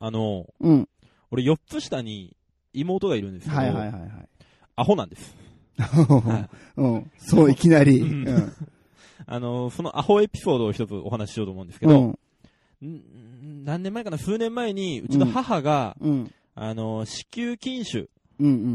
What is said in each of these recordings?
うん。 俺4つ下に妹がいるんですけど、 はいはいはいはい。 アホなんです。はうん。そう、いきなり。 うんうん。 そのアホエピソードを一つお話ししようと思うんですけど、何年前かな、数年前に、うちの母が、 うん。 子宮筋腫うんうんうん。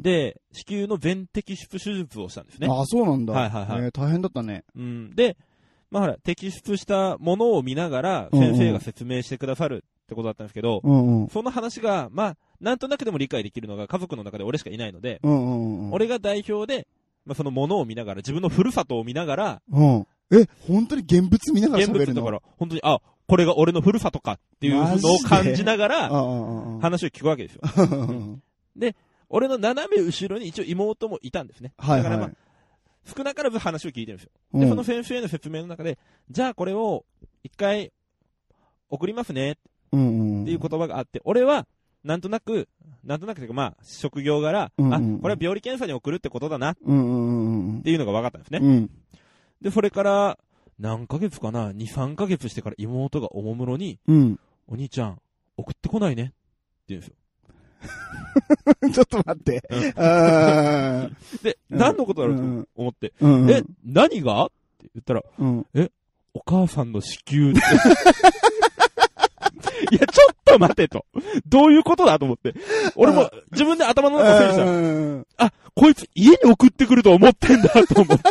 で、子宮の全摘出手術をしたんですね。 あ、そうなんだ。 はいはいはい。 大変だったね。 うん。で、まあほら、摘出したものを見ながら、先生が説明してくださるってことだったんですけど、 うんうん。 その話が、まあ、なんとなくでも理解できるのが家族の中で俺しかいないので、 うんうんうん。 俺が代表で、まあ、そのものを見ながら、自分のふるさとを見ながら、 うん。本当に現物見ながら喋るの？ 現物だから、本当に、あ、これが俺のふるさとかっていうのを感じながら、話を聞くわけですよ。で、俺の斜め後ろに一応妹もいたんですね。 はいはい。 だからまあ、少なからず話を聞いてるんですよ。で、その先生の説明の中で、じゃあこれを一回送りますねっていう言葉があって、俺は、なんとなくというかまあ、職業柄、あ、これは病理検査に送るってことだなっていうのが分かったんですね。で、それから、何ヶ月かな ?2、3ヶ月してから妹がおもむろに、お兄ちゃん、送ってこないねって言うんですよ。 ちょっと待って。 で、何のことだろうと思って、何がって言ったら、お母さんの子宮って。いや、ちょっと待てと。どういうことだと思って。俺も自分で頭の中整理した。あ、こいつ家に送ってくると思ってんだと思って。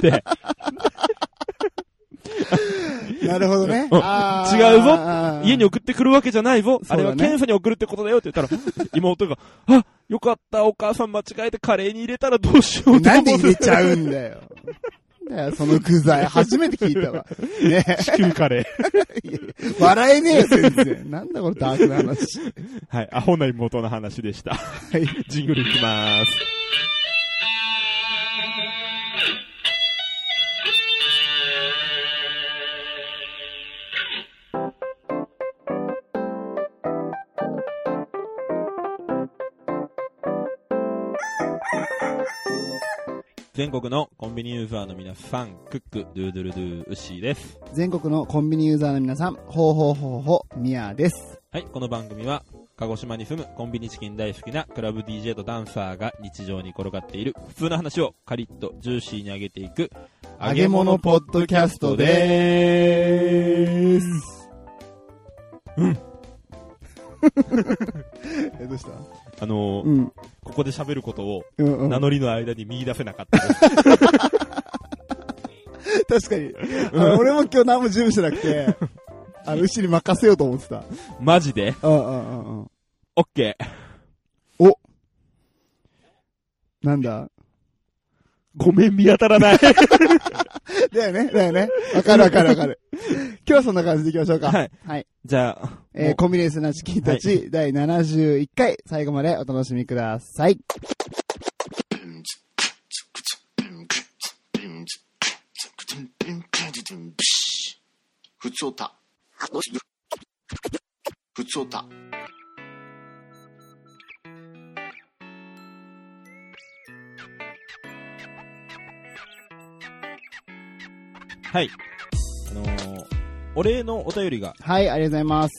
なるほどね。 違うぞ。家に送ってくるわけじゃないぞ。あれは検査に送るってことだよって言ったら、妹が、あ、よかった、お母さん間違えてカレーに入れたらどうしようと思って。 なんで入れちゃうんだよ。その具材、初めて聞いたわ。ね。 子宮カレー。笑えねえよ、全然。なんだこのダークな話。 はい、アホな妹の話でした。はい。ジングルいきまーす。全国のコンビニユーザーの皆さん、クック、ドゥードゥルドゥー、ウッシーです。 全国のコンビニユーザーの皆さん、ほうほうほうほう、ミヤです。 はい、この番組は、鹿児島に住むコンビニチキン大好きなクラブ DJ とダンサーが日常に転がっている普通の話をカリッとジューシーに上げていく、 揚げ物ポッドキャストでーす。うん。どうした？ ここで喋ることを名乗りの間に見出せなかったです。確かに。俺も今日何も準備してなくて、牛に任せようと思ってた。 マジで？オッケー。お。なんだ？ ごめん、見当たらない。 だよね。わかる。今日はそんな感じでいきましょうか。はい。 じゃあ、 コンビニエンスなチキンたち、第71回、最後までお楽しみください。 ふつおた。 はい。お礼のお便りが。 はい、ありがとうございます。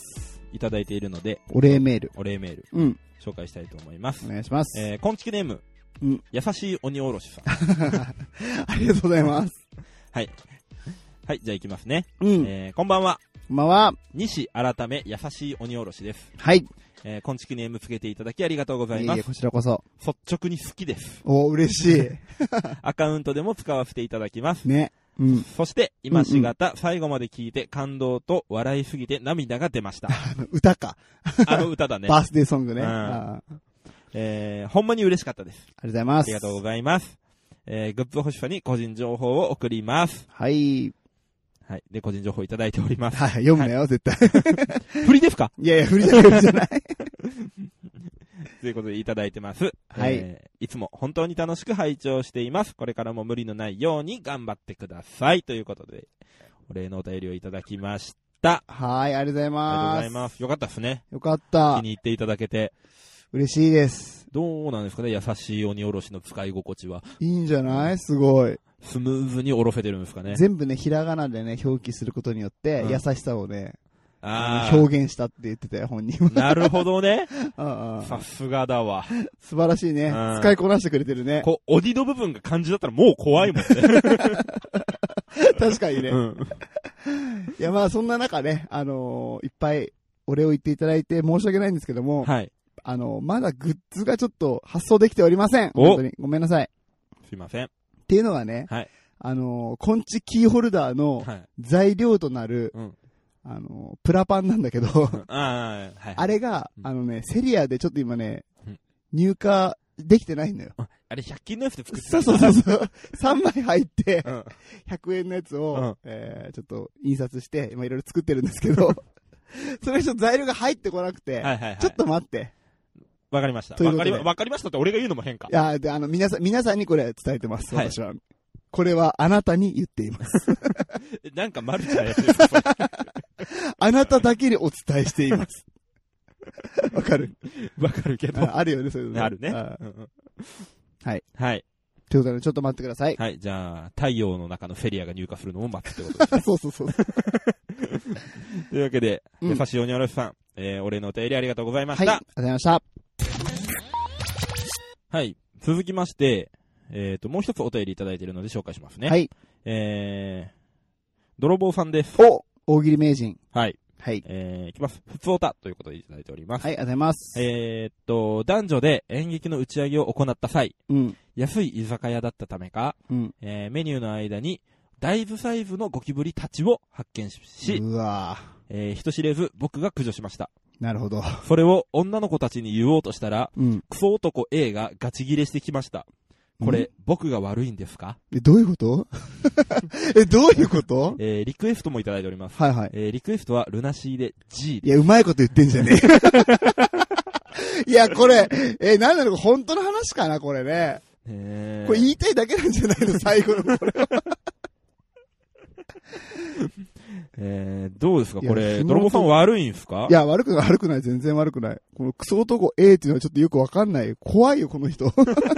いただいているので。 お礼メール。 紹介したいと思います。 お願いします。 こんちきネーム。優しい鬼おろしさん。 ありがとうございます。 はい。はい、じゃあ行きますね。こんばんは。 こんばんは。 西改め優しい鬼おろしです。 はい。 こんちきネームつけていただきありがとうございます。 こちらこそ。 率直に好きです。 お、嬉しい。 アカウントでも使わせていただきます。 ね。 そして、今しがた、最後まで聞いて感動と笑いすぎて涙が出ました。 歌か。 歌だね。 バースデーソングね。 ほんまに嬉しかったです。 ありがとうございます。 ありがとうございます。グッズ欲しさに個人情報を送ります。 はい。 はい。で、個人情報いただいております。 はい、読むなよ、絶対。 振りですか？ いや、振りじゃない。 ということでいただいてます。 はい。 いつも本当に楽しく拝聴しています。これからも無理のないように頑張ってください。ということで、お礼のお便りをいただきました。 はい、ありがとうございます。 ありがとうございます。よかったですね。 よかった。 気に入っていただけて。 嬉しいです。 どうなんですかね、優しい鬼おろしの使い心地は。 いいんじゃない？すごい。 スムーズにおろせてるんですかね。 全部ね、ひらがなでね、表記することによって、優しさをね、 表現したって言ってたよ、本人は。 なるほどね。 ああさすがだわ。 素晴らしいね。使いこなしてくれてるね。 こう、オディの部分が漢字だったらもう怖いもんね。 確かにね。いや、まあそんな中ね、いっぱいお礼を言っていただいて申し訳ないんですけども、 はい。 まだグッズがちょっと発送できておりません。本当に。ごめんなさい。 すいません。 っていうのがね、 はい。 コンチキーホルダーの材料となる、プラパンなんだけど、あれが、セリアでちょっと今ね、入荷できてないのよ。 あれ100均のやつで作ってたそう。3枚入って、100円のやつを、ちょっと印刷して、今いろいろ作ってるんですけど、それちょっと材料が入ってこなくて、ちょっと待って。 わかりました。わかりましたって俺が言うのも変か。 いや、で、皆さんにこれ伝えてます、私は。これはあなたに言っています。 なんかマルチなやつですか、それ。 あなただけにお伝えしています。わかるけど。 あるよね、そういうの。 あるね。 はい。 はい。 ということで、ちょっと待ってください。 はい、じゃあ、太陽の中のフェリアが入荷するのを待つってことですね。 そう。 というわけで、優しい鬼おろしさん、お礼のお便りありがとうございました。 はい、ありがとうございました。 はい。続きまして、もう一つお便りいただいているので紹介しますね。 はい。 泥棒さんです。 大喜利名人。 はい。 はい。 いきます。ふつおたということでいただいております。 はい、ありがとうございます。 男女で演劇の打ち上げを行った際、 うん。 安い居酒屋だったためか、 うん。 メニューの間に、大豆サイズのゴキブリたちを発見し、 うわ人知れず僕が駆除しました。 なるほど。 それを女の子たちに言おうとしたら、 うん。 クソ男 A がガチギレしてきました。これ、僕が悪いんですか？ どういうことどういうことリクエストもいただいております。 はいはい。 リクエストはルナシーで G で。 いや、うまいこと言ってんじゃねえ。いや、これ、なんなの本当の話かなこれね。これ言いたいだけなんじゃないの最後のこれは。 どうですかこれ、泥棒さん悪いんすか？ いや、悪くない、全然悪くない。このクソ男 A っていうのはちょっとよくわかんない。怖いよ、この人。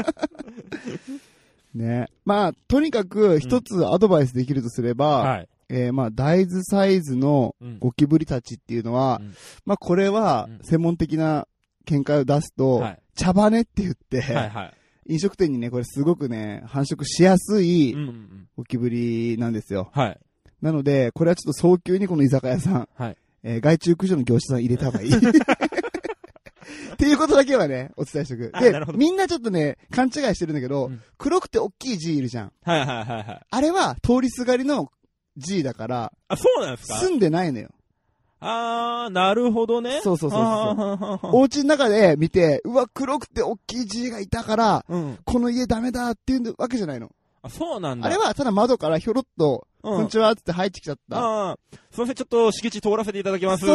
ね。まあ、とにかく一つアドバイスできるとすれば、 はい。 まあ、大豆サイズのゴキブリたちっていうのは、まあ、これは専門的な見解を出すと、茶羽って言って、飲食店にね、これすごくね、繁殖しやすいゴキブリなんですよ。 はい。 なので、これはちょっと早急にこの居酒屋さん、害虫駆除の業者さん入れた方がいい。っていうことだけはね、お伝えしておく。で、みんなちょっとね、勘違いしてるんだけど、黒くて大きい G いるじゃん。あれは通りすがりの G だから、 あ、そうなんですか？ 住んでないのよ。 なるほどね。 そう。お家の中で見て、うわ、黒くて大きい G がいたから、この家ダメだっていうわけじゃないの。 あ、そうなんだ。 あれはただ窓からひょろっと、こんにちはって入ってきちゃった。 すいません、ちょっと敷地通らせていただきます。 そう。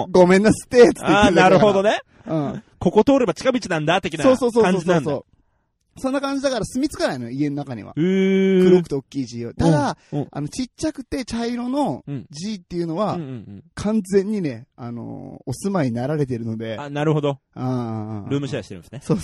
ごめんなすってって言ってなるほどね。ここ通れば近道なんだ、的な感じなんだ。 そう。そんな感じだから住み着かないの、家の中には。黒くて大きい G を。ただ、ちっちゃくて茶色の G っていうのは、完全にね、お住まいになられてるので。 なるほど。ルームシェアしてるんですね。 そう。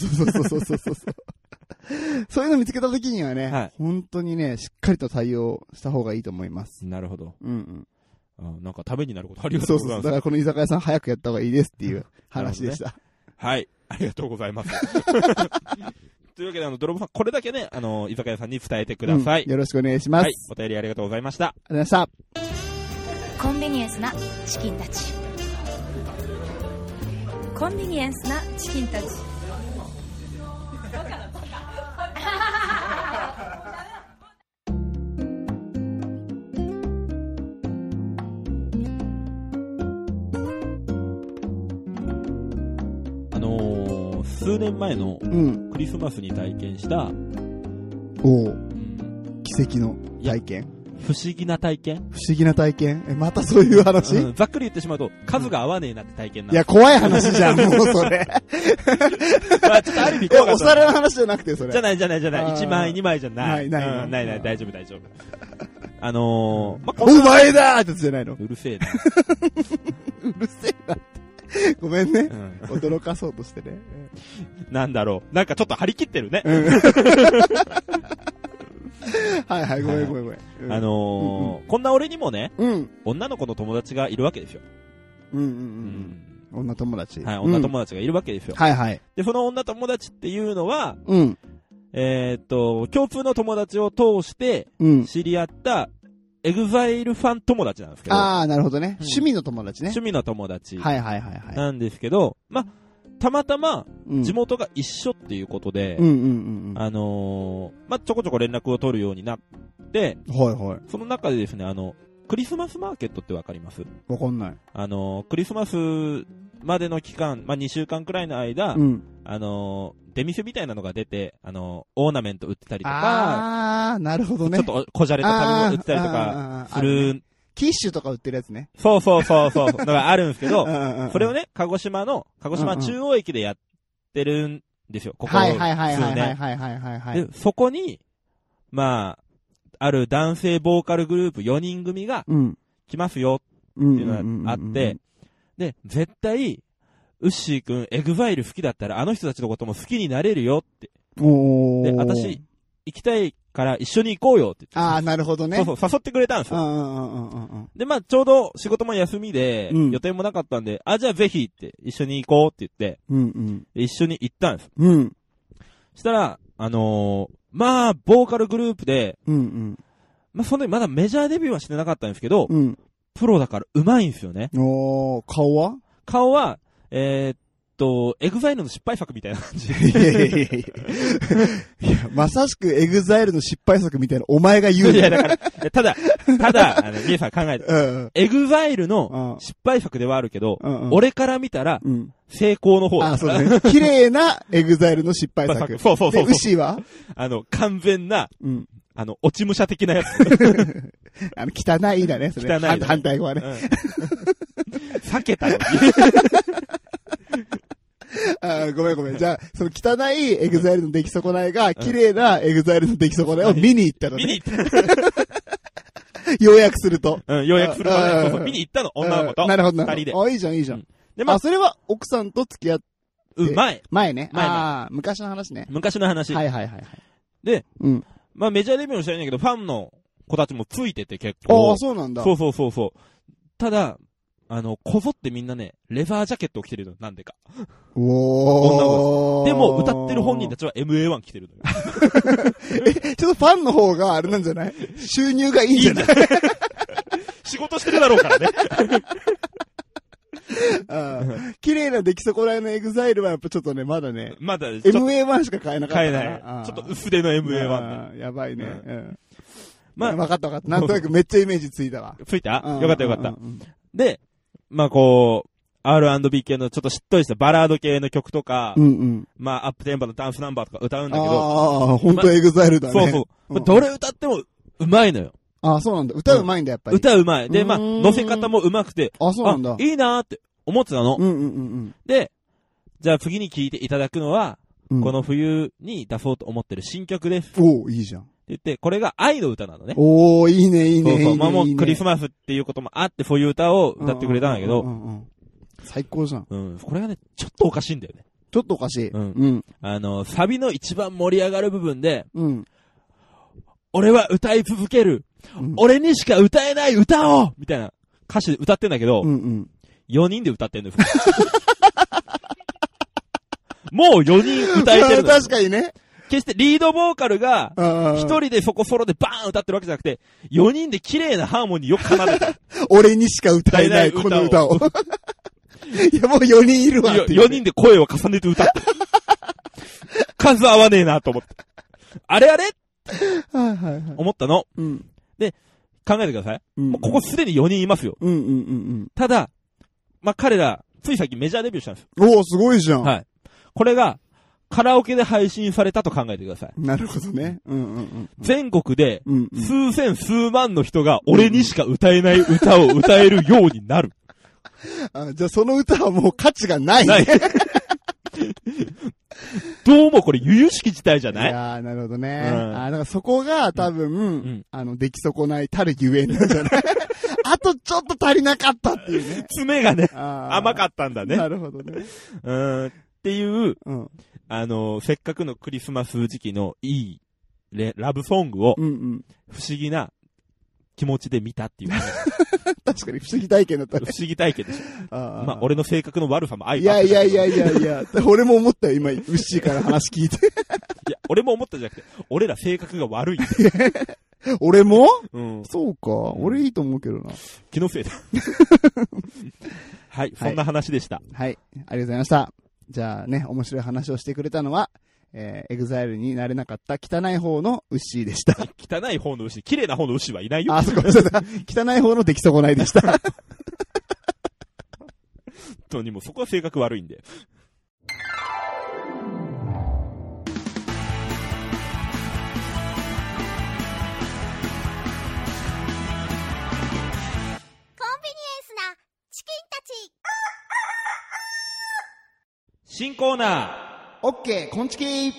そういうの見つけた時にはね、本当にね、しっかりと対応した方がいいと思います。 なるほど。なんかためになることありがとうございます。 だからこの居酒屋さん早くやった方がいいですっていう話でした。 はい。ありがとうございます。というわけで、泥棒さん、これだけね、居酒屋さんに伝えてください。 よろしくお願いします。 はい。お便りありがとうございました。 ありがとうございました。 コンビニエンスなチキンたち。コンビニエンスなチキンたち。 数年前のクリスマスに体験した、 奇跡の体験、 不思議な体験またそういう話、 ざっくり言ってしまうと数が合わねえなって体験なんいや怖い話じゃんもうそれまあちょっとある意味怖かった。 お皿の話じゃなくてそれじゃない1枚2枚じゃないない大丈夫お前だーってやつじゃないの。 うるせえなうるせえなってごめんね、驚かそうとしてね。 なんだろう、なんかちょっと張り切ってるね。 はいはい、ごめん。 こんな俺にもね、女の子の友達がいるわけですよ。 女友達。 はい、女友達がいるわけですよ。 はいはい。 で、その女友達っていうのは、共通の友達を通して、知り合った、エグザイルファン友達なんですけど。 ああ、なるほどね。趣味の友達ね。 趣味の友達。 はいはい。 なんですけど、ま、たまたま、地元が一緒っていうことで、ちょこちょこ連絡を取るようになって、その中でですね、クリスマスマーケットってわかります？ わかんない。 クリスマスまでの期間、2週間くらいの間、出店みたいなのが出て、オーナメント売ってたりとか、 なるほどね。 ちょっとこじゃれた食べ物売ってたりとかする。 キッシュとか売ってるやつね。 そう。のがあるんですけど、それをね、鹿児島中央駅でやってるんですよ、ここ数年。で、そこに、ある男性ボーカルグループ4人組が来ますよっていうのがあって、で、絶対、ウッシーくん、エグザイル好きだったらあの人たちのことも好きになれるよって。で、私、行きたいから一緒に行こうよって言って。 ああ、なるほどね。 そう、誘ってくれたんですよ。で、ちょうど仕事も休みで、予定もなかったんで、じゃあぜひって、一緒に行こうって言って、一緒に行ったんです。したら、ボーカルグループで、その時まだメジャーデビューはしてなかったんですけど、プロだから上手いんですよね。 顔はエグザイルの失敗作みたいな感じ。 いや、まさしくエグザイルの失敗作みたいなお前が言う。 いや、だから、ただ、皆さん考えて、エグザイルの失敗作ではあるけど、俺から見たら、成功の方だ。 そうね。綺麗なエグザイルの失敗作。 そう。 で、ウシは完全な、落ち武者的なやつ。 汚いだね、それ。 汚い。 反対語はね。 避けたのに。 ごめん。じゃあ、その汚いエグザイルの出来損ないが、綺麗なエグザイルの出来損ないを見に行ったのね。 見に行った。 要約すると。 要約するとね。そう、見に行ったの、女の子と。 なるほど。 二人で。 いいじゃん。で、それは奥さんと付き合って。前ね。昔の話ね。 昔の話。 はい。 で、メジャーデビューもしたいんだけど、ファンの子たちもついてて結構。 そうなんだ。 そう。ただ、こぞってみんなね、レザージャケットを着てるの、なんでか。女の子でも、歌ってる本人たちは MA1 着てるのよ。 ちょっとファンの方があれなんじゃない？収入がいいんじゃない？ 仕事してるだろうからね。 綺麗な出来損ないのエグザイルはやっぱちょっとね、まだ MA1 しか買えなかった。 買えない。ちょっと薄手の MA1 やばいね。わかった。なんとなくめっちゃイメージついたわ。 ついた？よかった。で、R&B 系のちょっとしっとりしたバラード系の曲とか、アップテンポのダンスナンバーとか歌うんだけど。 ほんとエグザイルだね。 そう。どれ歌ってもうまいのよ。 そうなんだ。歌うまいんだ、やっぱり。 歌うまい。で、乗せ方もうまくて。 そうなんだ。 いいなーって思ってたの。で、じゃあ次に聴いていただくのは、この冬に出そうと思ってる新曲です。 いいじゃん。 って言って、これが愛の歌なのね。 いいね。 そう。もうクリスマスっていうこともあって、そういう歌を歌ってくれたんだけど。 最高じゃん。 これがね、ちょっとおかしいんだよね。 ちょっとおかしい。 サビの一番盛り上がる部分で、俺は歌い続ける。俺にしか歌えない歌をみたいな歌詞で歌ってんだけど、4人で歌ってんのよ。もう4人歌えてるの。 確かにね。 決してリードボーカルが、一人でそこソロでバーン歌ってるわけじゃなくて、4人で綺麗なハーモニーよく奏でてる。 俺にしか歌えないこの歌を。いや、もう4人いるわって。 4人で声を重ねて歌ってる。数合わねえなと思って。あれ思ったの。で、考えてください。もうここすでに4人いますよ。ただ、彼ら、つい最近メジャーデビューしたんですよ。すごいじゃん。 はい。これが、カラオケで配信されたと考えてください。 なるほどね。 全国で、数千数万の人が俺にしか歌えない歌を歌えるようになる。 じゃあその歌はもう価値がない。 どうもこれ由々しき事態じゃない？ いやー、なるほどね。だからそこが多分、出来損ないたるゆえんなんじゃない？あとちょっと足りなかったっていうね。 爪がね、甘かったんだね。 なるほどね。 っていう、せっかくのクリスマス時期のいいラブソングを、不思議な気持ちで見たっていう。 確かに不思議体験だったね。 不思議体験でしょ。まあ、俺の性格の悪さも相まって。いや、俺も思ったよ、今、ウッシーから話聞いて。いや、俺も思ったじゃなくて、俺ら性格が悪い。 俺もうん。 そうか。俺いいと思うけどな。 気のせいだ。はい、そんな話でした。 はい、ありがとうございました。じゃあね、面白い話をしてくれたのは、EXILE になれなかった汚い方のウッシーでした。 汚い方のウッシー、綺麗な方のウッシーはいないよ。 あ、そうか、汚い方の出来損ないでした。本当にもうそこは性格悪いんで。新コーナー、オッケー、こんちきー。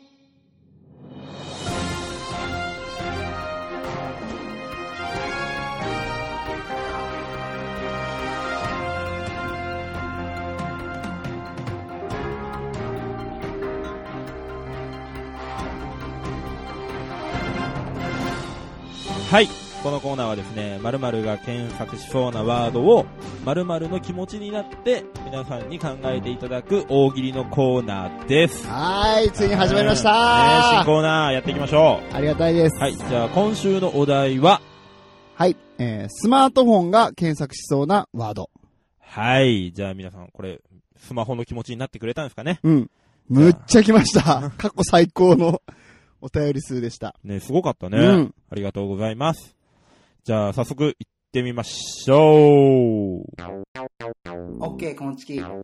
はい。このコーナーはですね、〇〇が検索しそうなワードを〇〇の気持ちになって皆さんに考えていただく大喜利のコーナーです。 はい、ついに始まりましたー。 新コーナーやっていきましょう。ありがたいです。 はい、じゃあ今週のお題は、 はい、スマートフォンが検索しそうなワード。 はい、じゃあ皆さんこれスマホの気持ちになってくれたんですかね。 うん。むっちゃ来ました。過去最高のお便り数でした。 ね、すごかったね。うん。ありがとうございます。じゃあ、早速、行ってみましょう。 オッケー、こんちき。は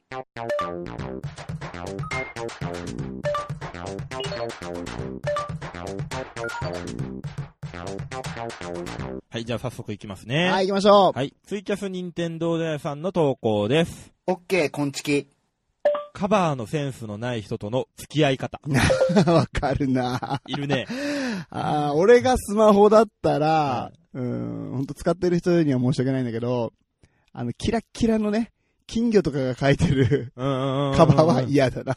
い、じゃあ早速行きますね。 はい、行きましょう。 はい、ツイキャス任天堂ダイさんの投稿です。 オッケー、こんちき。 カバーのセンスのない人との付き合い方。 わかるな。 いるね。 俺がスマホだったら、ほんと使ってる人には申し訳ないんだけど、キラッキラのね、金魚とかが書いてるカバーは嫌だな。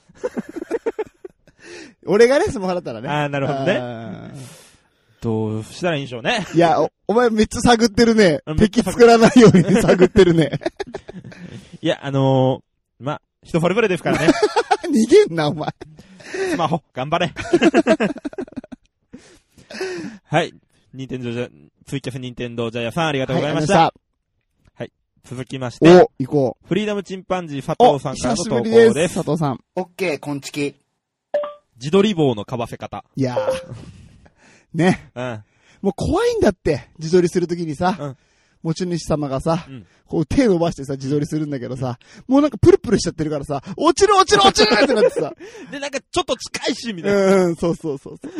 俺がね、スマホだったらね。 ああ、なるほどね。どうしたらいいんでしょうね。 いや、お前めっちゃ探ってるね。敵作らないように探ってるね。 いや、ま、人それぞれですからね。 逃げんな、お前。 スマホ、頑張れ。はい。ツイキャス任天堂ジャイアさんありがとうございました。はい。続きまして。 行こう。 フリーダムチンパンジー佐藤さんからの投稿です。 佐藤さん。 オッケー、こんちき。 自撮り棒のかばせ方。 いやー。ね。 うん。 もう怖いんだって、自撮りするときにさ。うん。持ち主様がさ、こう手伸ばしてさ、自撮りするんだけどさ、もうなんかプルプルしちゃってるからさ、落ちるってなってさ。 で、なんかちょっと近いし、みたいな。 そう。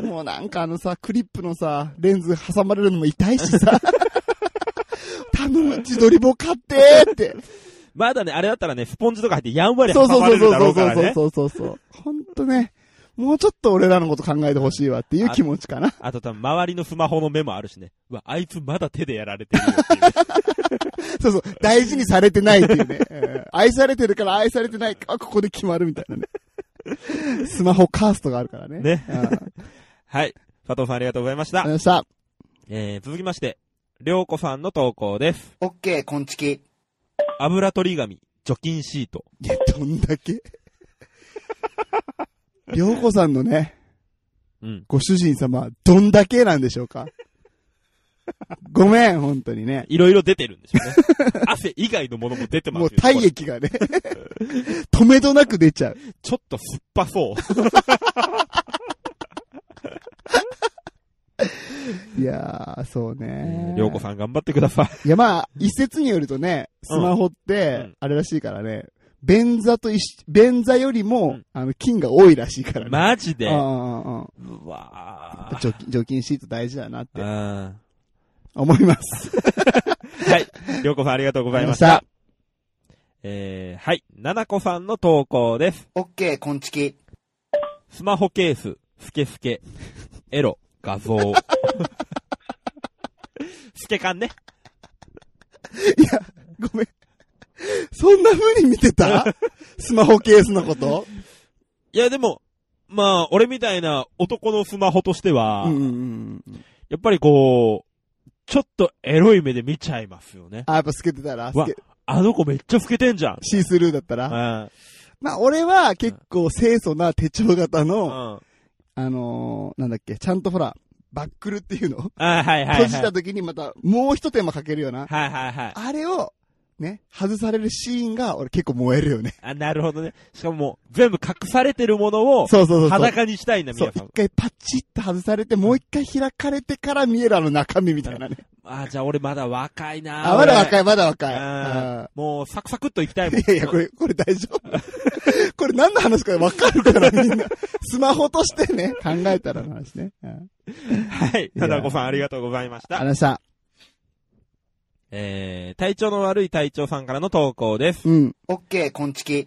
もうなんかクリップのさ、レンズ挟まれるのも痛いしさ。頼む、自撮り棒買ってーって。 まだね、あれだったらね、スポンジとか入ってやんわり挟まれるだろうからね。 そう。ほんとね。もうちょっと俺らのこと考えてほしいわっていう気持ちかな。 あと多分周りのスマホの目もあるしね。うわ、あいつまだ手でやられてるよっていう。 そう、大事にされてないっていうね。愛されてるから愛されてない。ここで決まるみたいなね。スマホカーストがあるからね。 ね。はい。佐藤さんありがとうございました。 ありがとうございました。続きまして、りょうこさんの投稿です。 オッケー、こんちき。 油取り紙、除菌シート。 いや、どんだけりょうこさんのね、ご主人様、どんだけなんでしょうか。ごめん、本当にね。 いろいろ出てるんでしょうね。汗以外のものも出てますよ。 もう体液がね、止めどなく出ちゃう。 ちょっと酸っぱそう。 いやー、そうね。 りょうこさん頑張ってください。いや、まあ、一説によるとね、スマホって、あれらしいからね、便座よりも、菌が多いらしいからね。 マジで？うわー。除菌シート大事だなって。思います。 はい。りょうこさんありがとうございました。はい。ななこさんの投稿です。 オッケー、こんちき。 スマホケース、スケスケ、エロ、画像。スケカンね。 いや、ごめん。そんな風に見てたスマホケースのこと？ いやでも、 まあ、俺みたいな男のスマホとしては、やっぱりこう、ちょっとエロい目で見ちゃいますよね。 やっぱ透けてたら、 あの子めっちゃ透けてんじゃん。 シースルーだったら。まあ、俺は結構清楚な手帳型の、なんだっけ、ちゃんとほら、バックルっていうの閉じた時にまたもう一手間かけるような。あれを、ね、外されるシーンが俺結構燃えるよね。 なるほどね。しかももう全部隠されてるものを裸にしたいんだ、皆さん。 一回パチッと外されて、もう一回開かれてから見える中身みたいなね。 じゃあ俺まだ若いな。 まだ若い。 もうサクサクっといきたいもん。 いや、これ大丈夫。これ何の話か分かるからみんな。スマホとしてね、考えたらの話ね。 はい。なだこさんありがとうございました。 ありがとうございました。 体調の悪い隊長さんからの投稿です。 オッケー、こんちき。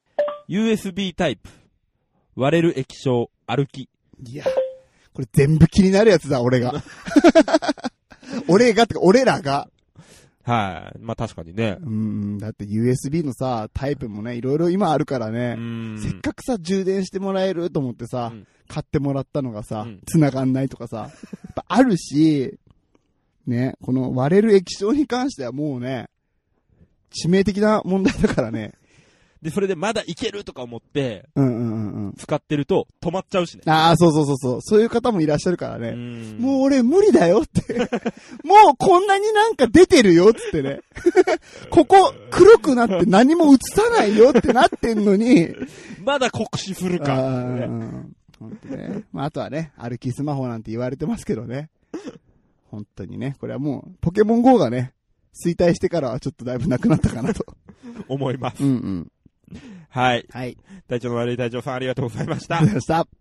USB タイプ。割れる液晶、歩き。 いや、これ全部気になるやつだ、俺が。俺らが。 はい。まあ確かにね。 だって USB のさ、タイプもね、いろいろ今あるからね。せっかくさ、充電してもらえると思ってさ、買ってもらったのがさ、繋がんないとかさ、やっぱあるし、ね、この割れる液晶に関してはもうね、致命的な問題だからね。 で、それでまだいけるとか思って、使ってると止まっちゃうしね。 そう。そういう方もいらっしゃるからね。もう俺無理だよって。もうこんなになんか出てるよってね。ここ黒くなって何も映さないよってなってんのに。 まだ酷使するか。 本当ね。あとはね、歩きスマホなんて言われてますけどね。本当にね。これはもう、ポケモン GO がね、衰退してからはちょっとだいぶなくなったかなと。 思います。はい。体調の悪い隊長さんありがとうございました。 ありがとうございました。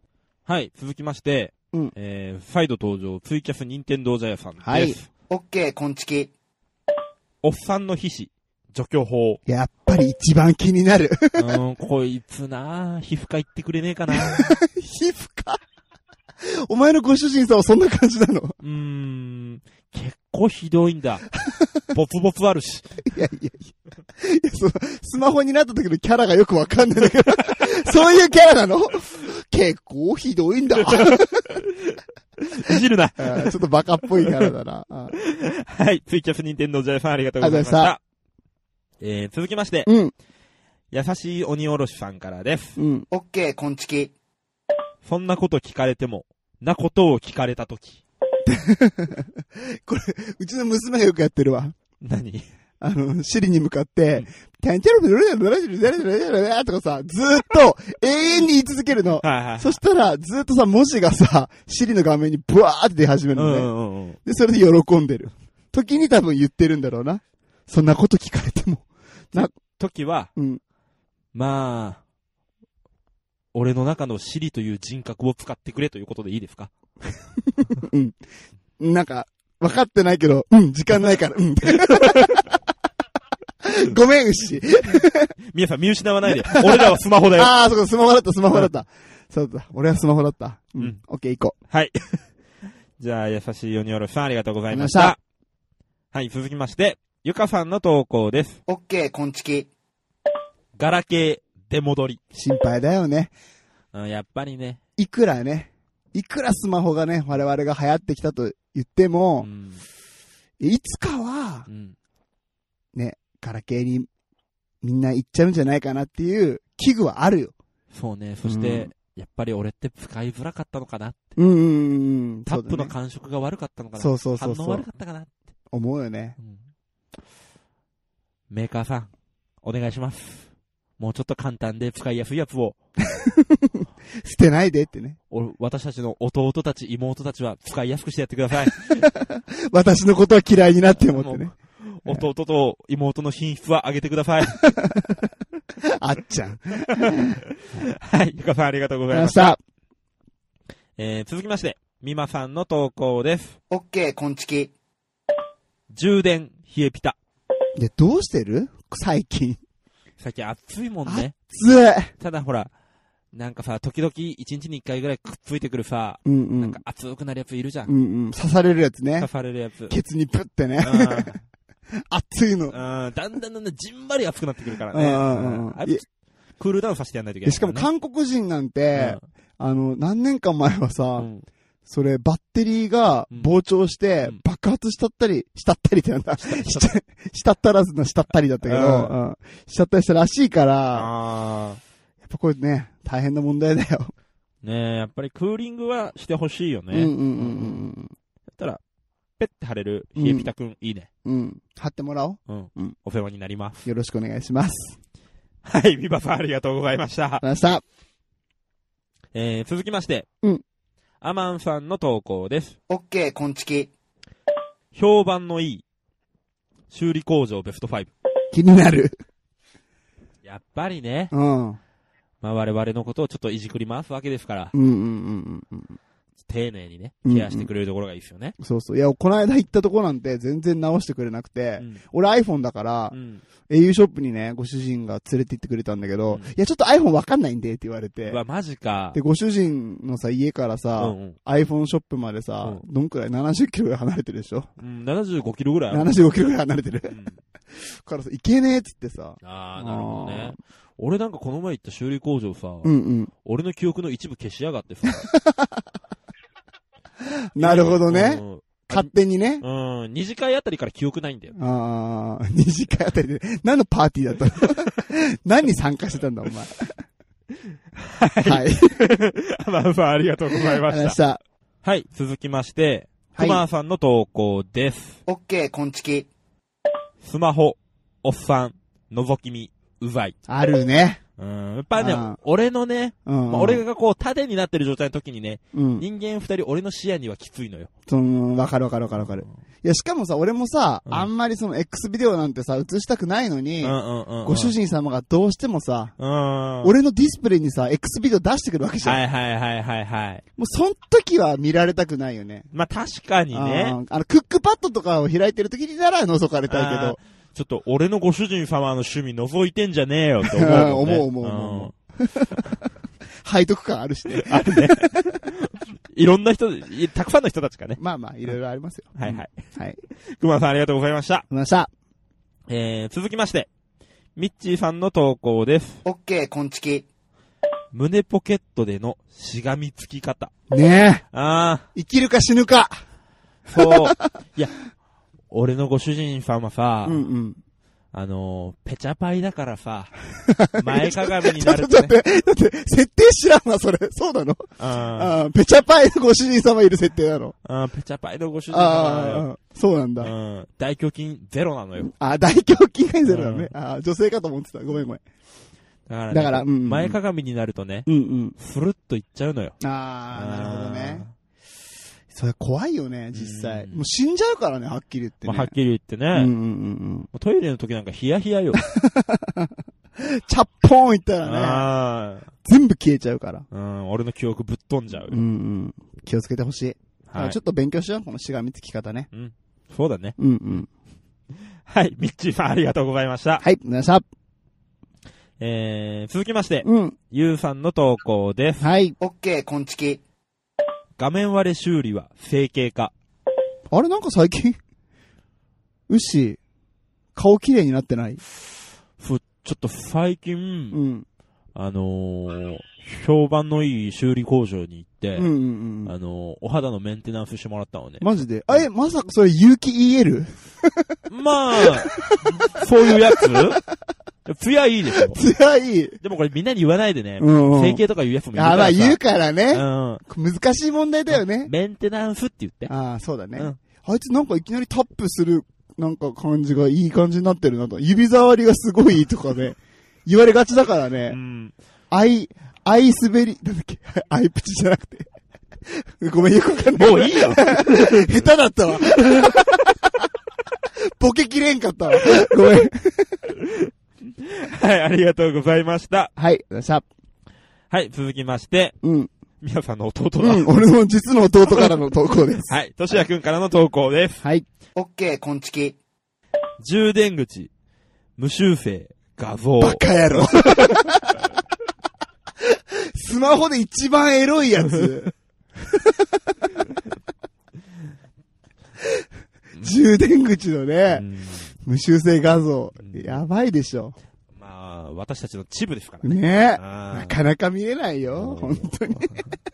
はい。続きまして、再度登場、ツイキャス任天堂ジャヤさんです。 オッケー、こんちき。 おっさんの皮脂、除去法。 やっぱり一番気になる。 こいつな皮膚科行ってくれねえかな。 皮膚科お前のご主人さんはそんな感じなの？ 結構ひどいんだ。ボツボツあるし。 いや、スマホになった時のキャラがよくわかんないんだけど。そういうキャラなの？結構ひどいんだ。いじるな。 ちょっとバカっぽいキャラだな。 はい。ツイキャス任天堂ジャイさんありがとうございました。続きまして、優しい鬼おろしさんからです。 オッケー、こんちき。 そんなこと聞かれても、なことを聞かれたとき。 これ、うちの娘がよくやってるわ。 何？ シリに向かって、タンチャルブルルルルルルルルルとかさ、ずーっと永遠に言い続けるの。そしたら、ずーっとさ、文字がさ、シリの画面にブワーって出始めるのね。で、それで喜んでる。時に多分言ってるんだろうな。そんなこと聞かれても。 時は、まあ、俺の中のシリという人格を使ってくれということでいいですか？ なんか、分かってないけど、時間ないから、ごめん、牛。 皆さん見失わないで。俺らはスマホだよ。 そうか、スマホだった。そうだ、俺はスマホだった。オッケー、行こう。 はい。じゃあ、優しい鬼おろしさんありがとうございました。はい、続きまして、ゆかさんの投稿です。 オッケー、こんちき。 ガラケー、出戻り。 心配だよね。 やっぱりね。 いくらスマホがね、我々が流行ってきたと言っても、いつかは、ね、ガラケーにみんな行っちゃうんじゃないかなっていう危惧はあるよ。 そうね、そして、やっぱり俺って使いづらかったのかなって。タップの感触が悪かったのかな。 そう。 反応悪かったかなって。 思うよね。 メーカーさん、お願いします。もうちょっと簡単で使いやすいやつを。 捨てないでってね。 私たちの弟たち、妹たちは使いやすくしてやってください。 私のことは嫌いになって思ってね。 弟と妹の品質は上げてください。 あっちゃん。 はい、ゆかさんありがとうございました。続きまして、みまさんの投稿です。 オッケー、こんちき。 充電、冷えピタ。 で、どうしてる？最近暑いもんね。 暑い。 ただほら、なんかさ、時々1日に1回ぐらいくっついてくるさ、なんか熱くなるやついるじゃん。 刺されるやつね。 刺されるやつ。 ケツにプってね。熱いの。 だんだんじんばり熱くなってくるからね。 クールダウンさせてやんないといけない、 しかも韓国人なんて、何年間前はさ、それ、バッテリーが膨張して、爆発したったりってなんだ。したったらずのしたったりだったけど、しちゃったりしたらしいから、やっぱこれね、大変な問題だよ。 ねえ、やっぱりクーリングはしてほしいよね。だったら、ペッて貼れる冷えピタくん、いいね。 貼ってもらおう。お世話になります。 よろしくお願いします。 はい、ビバさんありがとうございました。続きまして。アマンさんの投稿です。 オッケー、こんちき。 評判のいい修理工場ベスト5。 気になる。 やっぱりね。まあ我々のことをちょっといじくり回すわけですから。丁寧にね、ケアしてくれるところがいいですよね。 そうそう。いや、この間行ったとこなんて全然直してくれなくて、俺 iPhone だから、au ショップにね、ご主人が連れて行ってくれたんだけど、いや、ちょっと iPhone わかんないんでって言われて。 うわ、マジか。 で、ご主人のさ、家からさ、iPhone ショップまでさ、どんくらい 70 キロぐらい離れてるでしょ 75キロぐらい 75キロぐらい離れてる。からさ、行けねえっつってさ。 なるほどね。俺なんかこの前行った修理工場さ、俺の記憶の一部消しやがってさ。 なるほどね。勝手にね。 二次会あたりから記憶ないんだよ。 二次会あたりで、何のパーティーだったの何に参加してたんだ、お前。はい。 アマンさんありがとうございました。はい、続きまして、クマさんの投稿です。 オッケー、こんちき。 スマホ、おっさん、覗き見、うざい。 あるね。 やっぱね、俺のね、俺がこう縦になってる状態の時にね、人間二人俺の視野にはきついのよ。 わかる。いや、しかもさ、俺もさ、あんまりその X ビデオなんてさ、映したくないのに、ご主人様がどうしてもさ、俺のディスプレイにさ、X ビデオ出してくるわけじゃん。 はい。 もうそん時は見られたくないよね。 まあ、確かにね。 クックパッドとかを開いてる時になら覗かれたいけど。 ちょっと俺のご主人様の趣味覗いてんじゃねえよって思う、ね。 思う。背徳感あるしね。 あるね。いろんな人、たくさんの人たちがね。 まあ、いろいろありますよ。 はい。熊さんありがとうございました。続きまして、ミッチーさんの投稿です。 オッケー、こんちき。 胸ポケットでのしがみつき方。 ねえ。生きるか死ぬか。 そう。いや、俺のご主人さんはさ、ペチャパイだからさ、前かがみになるとね。 だって、設定知らんわ、それ。そうなの？ペチャパイのご主人様いる設定なの？ ペチャパイのご主人様。 そうなんだ。 大胸筋ゼロなのよ。 大胸筋がゼロなのね。女性かと思ってた。ごめん。だから、 前かがみになるとね、ふるっといっちゃうのよ。 なるほどね。それ怖いよね、実際。もう死んじゃうからね、はっきり言ってね。 はっきり言ってね。トイレの時なんかヒヤヒヤよ。 チャッポーンいったらね。全部消えちゃうから。 俺の記憶ぶっ飛んじゃう。 気をつけてほしい。ちょっと勉強しよう、このしがみつき方ね。 そうだね。はい、ミッチーさんありがとうございました。 はい、皆さん。 続きまして、ゆうさんの投稿です。 はい。 オッケー、こんちき。 画面割れ修理は整形か。 あれなんか最近牛、顔綺麗になってない？ ちょっと最近、評判のいい修理工場に行って、お肌のメンテナンスしてもらったのね。 マジで？まさかそれ有機 EL？ まあ、そういうやつツヤいいでしょ。 ツヤいい。 でもこれみんなに言わないでね。整形とか言うやつもいるからさ。 まあ言うからね。難しい問題だよね。 メンテナンスって言って。 そうだね。あいつなんかいきなりタップする、なんか感じがいい感じになってるなと。指触りがすごいいいとかね。言われがちだからね。アイ滑り、なんだっけ、アイプチじゃなくて。ごめん、よくわかんない。 もういいよ。 下手だったわ。ボケきれんかったわ。ごめん。 はい、ありがとうございました。 はい、 はい、続きまして、みやさんの弟だ。 俺の実の弟からの投稿です。 はい、としやくんからの投稿です。 はい。 オッケー、こんちき。 充電口、無修正、画像。 バカ野郎。スマホで一番エロいやつ。充電口のね、無修正画像。やばいでしょ。 ま私たちのチブですからね。ねえ。なかなか見えないよ。本当に。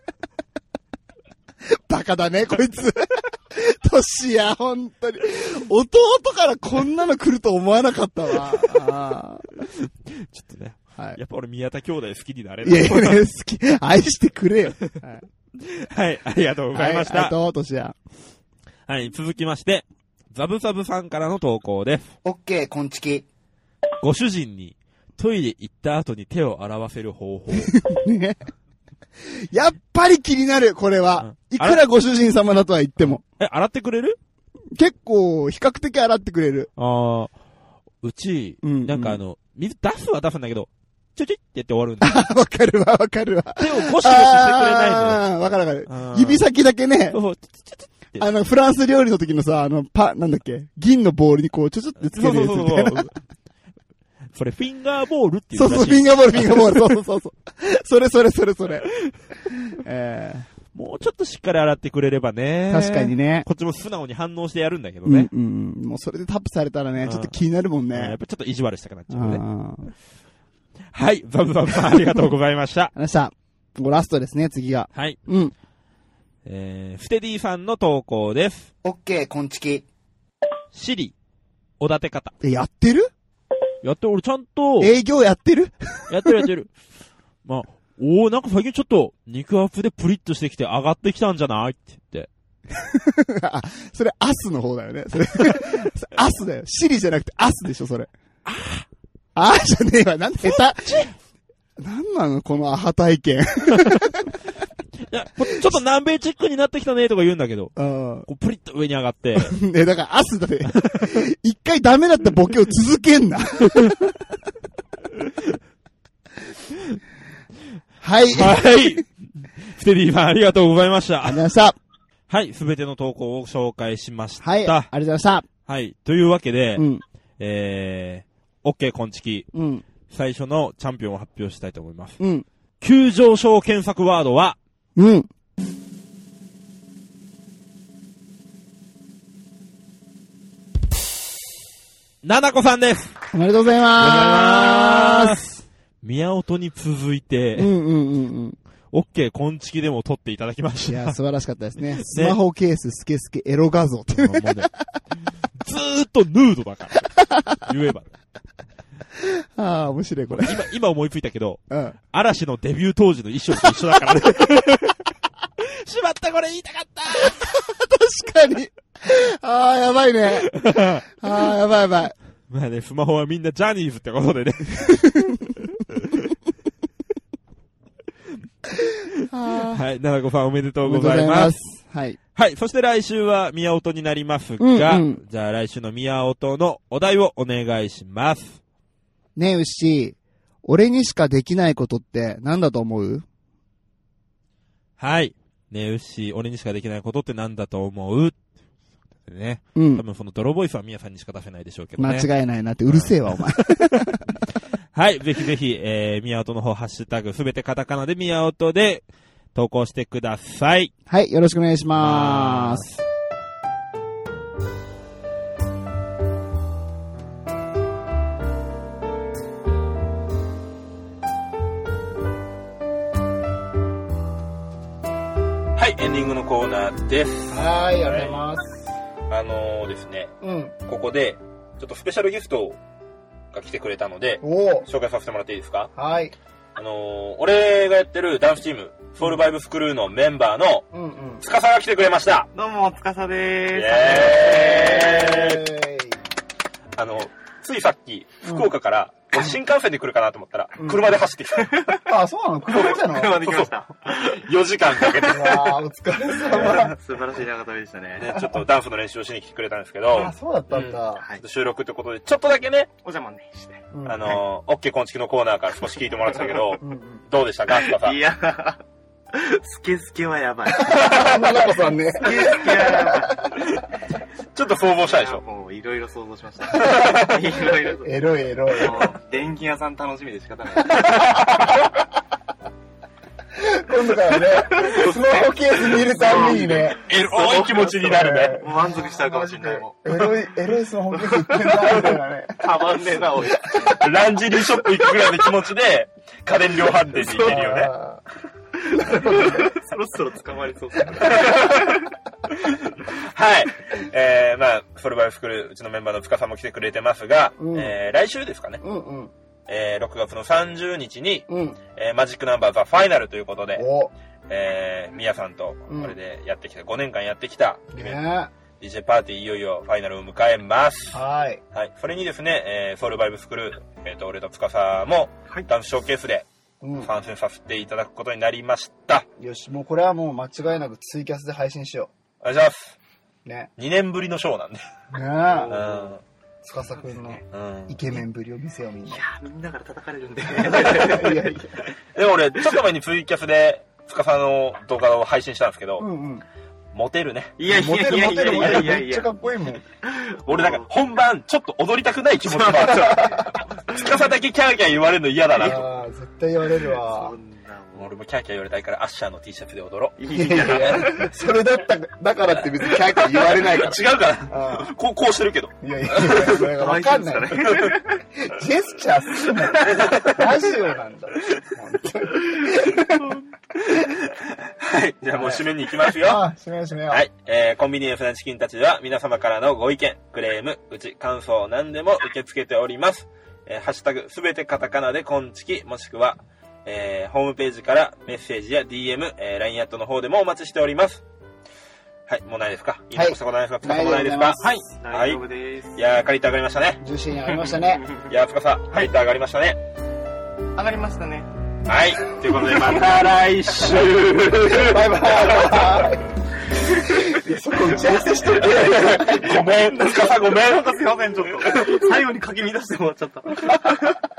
バカだね、こいつ。トシヤ、本当に。弟からこんなの来ると思わなかったわ。ちょっとね。はい。やっぱ俺宮田兄弟好きになれない。いやいや、好き。愛してくれよ。 はい、ありがとうございました。 ありがとう、トシヤ。 はい、続きまして、ザブザブさんからの投稿です。 オッケー、こんちき。 ご主人にトイレ行った後に手を洗わせる方法。 ね。やっぱり気になる、これは。いくらご主人様だとは言っても。 洗ってくれる？ 結構、比較的洗ってくれる。 うち、なんか水出すは出すんだけど、ちょちょってやって終わるんだ。 わかるわ、わかるわ。 手をゴシゴシしてくれないのよ。 わかるわかる。指先だけね。フランス料理の時のさ、なんだっけ、銀のボールにこう、ちょちょってつけるやつみたいな。 それ、フィンガーボールっていうらしい。 そう、フィンガーボール。そう。それ。 もうちょっとしっかり洗ってくれればね。 確かにね。 こっちも素直に反応してやるんだけどね。 もうそれでタップされたらね、ちょっと気になるもんね。 やっぱちょっと意地悪したくなっちゃうね。はい、ザブザブさんありがとうございました。 ラストですね、次が。 はい。フテディさんの投稿です。 オッケー、こんちき。 シリ、おだて方。 やってる？ 俺ちゃんと。 営業やってる？ やってる。まあ、なんか最近ちょっと肉アップでプリッとしてきて上がってきたんじゃないって言って。 それアスの方だよね。それアスだよ。シリじゃなくてアスでしょ、それ。あーじゃねえわ。なんで下手。なんなのこのアハ体験。 いや、ちょっと南米チックになってきたねとか言うんだけど、こうプリッと上に上がって。 だからアスだね。一回ダメだったボケを続けんな。はい。 フテディさんありがとうございました。 ありがとうございました。 はい、すべての投稿を紹介しました。 はい、ありがとうございました。 はい、というわけで、オッケーこんちき、最初のチャンピオンを発表したいと思います。急上昇検索ワードは、ななこさんです。 おめでとうございます。 宮音に続いて、オッケーこんちきでも撮っていただきました。 いや、素晴らしかったですね。スマホケーススケスケエロ画像って。ずーっとヌードだから。言えば。 ああ、面白いこれ。 今思いついたけど、嵐のデビュー当時の衣装と一緒だからね。しまった、これ言いたかった確かに。ああ、やばいね。ああ、やばい。まあね、スマホはみんなジャニーズってことでね。はい、ななこさんおめでとうございます。 はい。 はい、そして来週は宮音になりますが、じゃあ来週の宮音のお題をお願いします。 ねえ、牛、俺にしかできないことって何だと思う？ はい。ねえ、牛、俺にしかできないことって何だと思う？ね。多分その泥ボイスは宮さんにしか出せないでしょうけどね。 間違いないなって、うるせえわ、お前。 はい、ぜひぜひ、宮音の方、ハッシュタグ、すべてカタカナで宮音で投稿してください。 はい、よろしくお願いします。 はい、エンディングのコーナーです。 はい、ありがとうございます。 ですね、ここで、ちょっとスペシャルゲストが来てくれたので、紹介させてもらっていいですか？ はい。 俺がやってるダンスチーム、ソウルバイブスクルーのメンバーの、つかさが来てくれました。 どうも、つかさでーす。ついさっき、福岡から、新幹線で来るかなと思ったら、車で走ってきた。 あ、そうなの？車で来たの？ 車で来ました。 4時間かけて。 わー、お疲れ様。 素晴らしい長旅でしたね。 ちょっとダンスの練習をしに来てくれたんですけど。 あ、そうだったんだ。 収録ってことで、ちょっとだけね、 お邪魔ねして。 オッケーこんちきのコーナーから少し聞いてもらってたけど、どうでしたか？ いやスケスケはやばい。 ななこさんね。 スケスケはやばい。 ちょっと想像したでしょ？ もういろいろ想像しました。いろいろ。 エロい。 電気屋さん楽しみで仕方ない。 今度からね、スマホケース見るたびにね。 エロい気持ちになるね。 もう満足しちゃうかもしれないもん。 エロいスマホケース売ってんな、みたいなね。 たまんねえな、おい。 ランジェリーショップ行くぐらいの気持ちで、家電量販店に行けるよね。 そろそろ捕まりそうですね。 はい。まあ、フォルバイスクール、うちのメンバーの塚さんも来てくれてますが、来週ですかね。6月の30日に、マジックナンバーザファイナルということで、ミヤさんと、これでやってきた、5年間やってきた、DJ パーティーいよいよファイナルを迎えます。はい。はい。それにですね、ソウルバイブスクール、俺と司も、ダンスショーケースで、参戦させていただくことになりました。 よし、もうこれはもう間違いなくツイキャスで配信しよう。お願いします。 ね。 2年ぶりのショーなんで。 ねえ。司くんのイケメンぶりを見せようみんな。 いやー、みんなから叩かれるんで。 いやいや。 でも俺、ちょっと前にツイキャスで、司の動画を配信したんですけど、モテるね。 いやいやいやいやいやいや。 めっちゃかっこいいもん。 俺なんか本番ちょっと踊りたくない気持ちもあった。司だけキャーキャー言われるの嫌だなと。 ああ、絶対言われるわ。 俺もキャーキャー言われたいからアッシャーの T シャツで踊ろう。 いやそれだからって別にキャーキャー言われないから。 違うから。こうしてるけど。 いやいや、それがわかんない。ジェスチャーすんな。ラジオなんだ。 はい。じゃあもう締めに行きますよ。 締めよう。 はい。コンビニエンスなチキンたちでは皆様からのご意見、クレーム、感想何でも受け付けております。ハッシュタグすべてカタカナでコンチキ、もしくは、ホームページからメッセージや DM、LINE アットの方でもお待ちしております。はい、もうないですか？言い残したことないですか？もうないですか？はい。 大丈夫です。 いやー、カリッと上がりましたね。 重心上がりましたね。 いやー、深さ、カリッと上がりましたね。 上がりましたね。 はい。ということで、また来週バイバイ。いや、そこ打ち合わせしてる。 ごめん、深さごめん。 すいません、ちょっと。最後にかき乱してもらっちゃった。